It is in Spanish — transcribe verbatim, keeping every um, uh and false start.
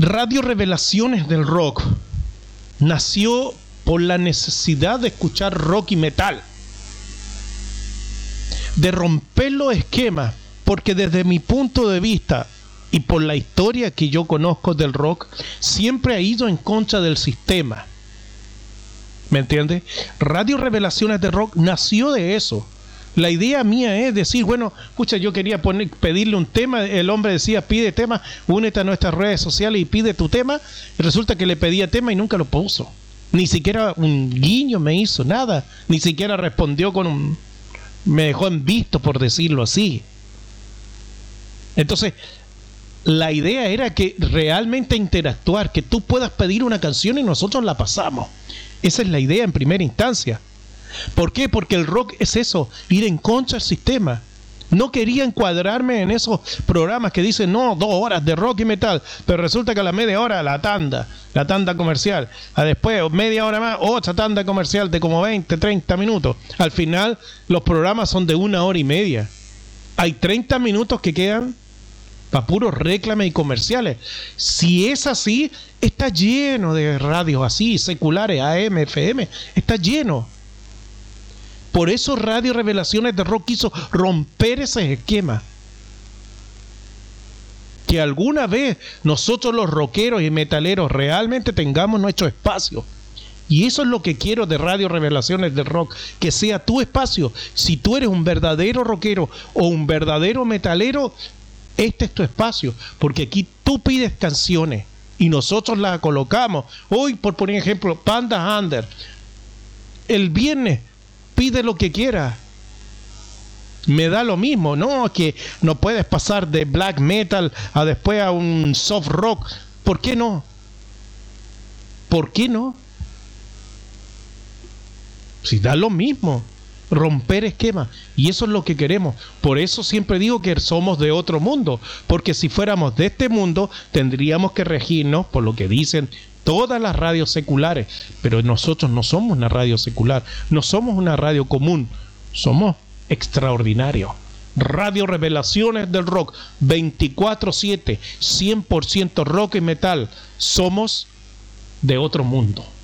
Radio Revelaciones del Rock nació por la necesidad de escuchar rock y metal, de romper los esquemas, porque desde mi punto de vista y por la historia que yo conozco del rock, siempre ha ido en contra del sistema. ¿Me entiendes? Radio Revelaciones del Rock nació de eso. La idea mía es decir, bueno, escucha, yo quería poner, pedirle un tema, el hombre decía, pide tema, únete a nuestras redes sociales y pide tu tema, y resulta que le pedía tema y nunca lo puso. Ni siquiera un guiño me hizo, nada, ni siquiera respondió con un... me dejó en visto, por decirlo así. Entonces, la idea era que realmente interactuar, que tú puedas pedir una canción y nosotros la pasamos. Esa es la idea en primera instancia. ¿Por qué? Porque el rock es eso, ir en contra del sistema. No quería encuadrarme en esos programas que dicen, no, dos horas de rock y metal, pero resulta que a la media hora la tanda, la tanda comercial, a después media hora más, otra tanda comercial de como veinte, treinta minutos. Al final los programas son de una hora y media. Hay treinta minutos que quedan para puros réclames y comerciales. Si es así, está lleno de radios así, seculares, A M, F M, está lleno. Por eso Radio Revelaciones de Rock quiso romper ese esquema. Que alguna vez nosotros los rockeros y metaleros realmente tengamos nuestro espacio. Y eso es lo que quiero de Radio Revelaciones del Rock, que sea tu espacio. Si tú eres un verdadero rockero o un verdadero metalero, este es tu espacio, porque aquí tú pides canciones y nosotros las colocamos. Hoy, por poner ejemplo, Panda Under, el viernes pide lo que quiera, me da lo mismo, no que no puedes pasar de black metal a después a un soft rock. ¿Por qué no? ¿Por qué no? Si da lo mismo, romper esquemas, y eso es lo que queremos. Por eso siempre digo que somos de otro mundo, porque si fuéramos de este mundo tendríamos que regirnos por lo que dicen todas las radios seculares, pero nosotros no somos una radio secular, no somos una radio común, somos extraordinarios. Radio Revelaciones del Rock, veinticuatro siete, cien por ciento rock y metal, somos de otro mundo.